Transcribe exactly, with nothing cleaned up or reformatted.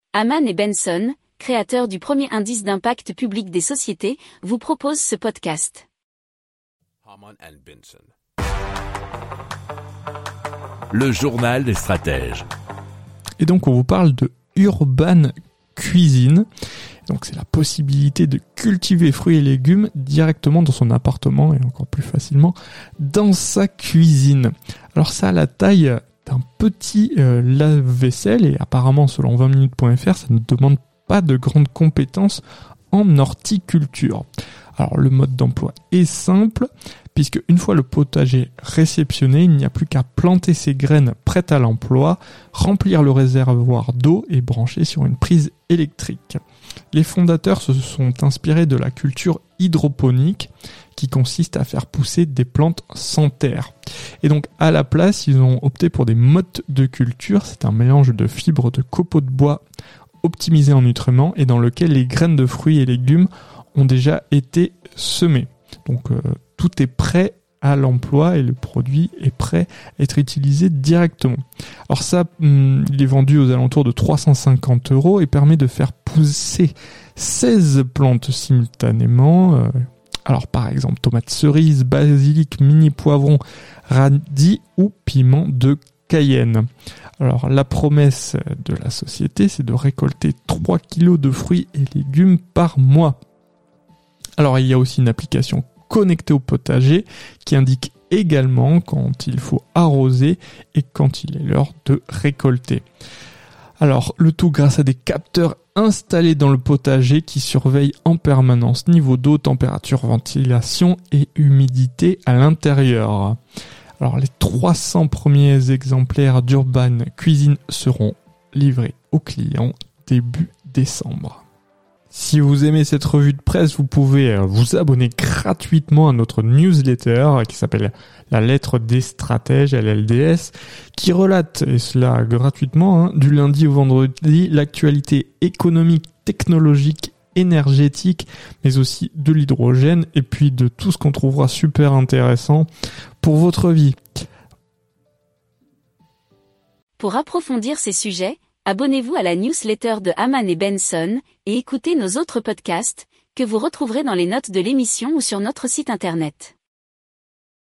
Hamann et Benson, créateurs du premier indice d'impact public des sociétés, vous proposent ce podcast. Hamann and Benson. Le journal des stratèges. Et donc on vous parle de Urban Cuisine. Donc c'est la possibilité de cultiver fruits et légumes directement dans son appartement et encore plus facilement dans sa cuisine. Alors ça a la taille d'un petit euh, lave-vaisselle et apparemment selon vingt minutes point f r ça ne demande pas de grandes compétences en horticulture. Alors le mode d'emploi est simple puisque une fois le potager réceptionné, il n'y a plus qu'à planter ses graines prêtes à l'emploi, remplir le réservoir d'eau et brancher sur une prise électrique. Les fondateurs se sont inspirés de la culture hydroponique qui consiste à faire pousser des plantes sans terre. Et donc à la place, ils ont opté pour des mottes de culture, c'est un mélange de fibres de copeaux de bois optimisés en nutriments et dans lequel les graines de fruits et légumes ont déjà été semées. Donc euh, tout est prêt à l'emploi et le produit est prêt à être utilisé directement. Alors ça, hum, il est vendu aux alentours de trois cent cinquante euros et permet de faire pousser seize plantes simultanément. Euh, alors par exemple, tomates cerises, basilic, mini poivron, radis ou piment de Cayenne. Alors la promesse de la société, c'est de récolter trois kilos de fruits et légumes par mois. Alors il y a aussi une application connectée au potager qui indique également quand il faut arroser et quand il est l'heure de récolter. Alors le tout grâce à des capteurs installés dans le potager qui surveillent en permanence niveau d'eau, température, ventilation et humidité à l'intérieur. Alors les trois cents premiers exemplaires d'Urban Cuisine seront livrés aux clients début décembre. Si vous aimez cette revue de presse, vous pouvez vous abonner gratuitement à notre newsletter qui s'appelle La Lettre des Stratèges, L L D S, qui relate, et cela gratuitement, hein, du lundi au vendredi, l'actualité économique, technologique, énergétique, mais aussi de l'hydrogène et puis de tout ce qu'on trouvera super intéressant pour votre vie. Pour approfondir ces sujets, abonnez-vous à la newsletter de Hamann et Benson et écoutez nos autres podcasts que vous retrouverez dans les notes de l'émission ou sur notre site internet.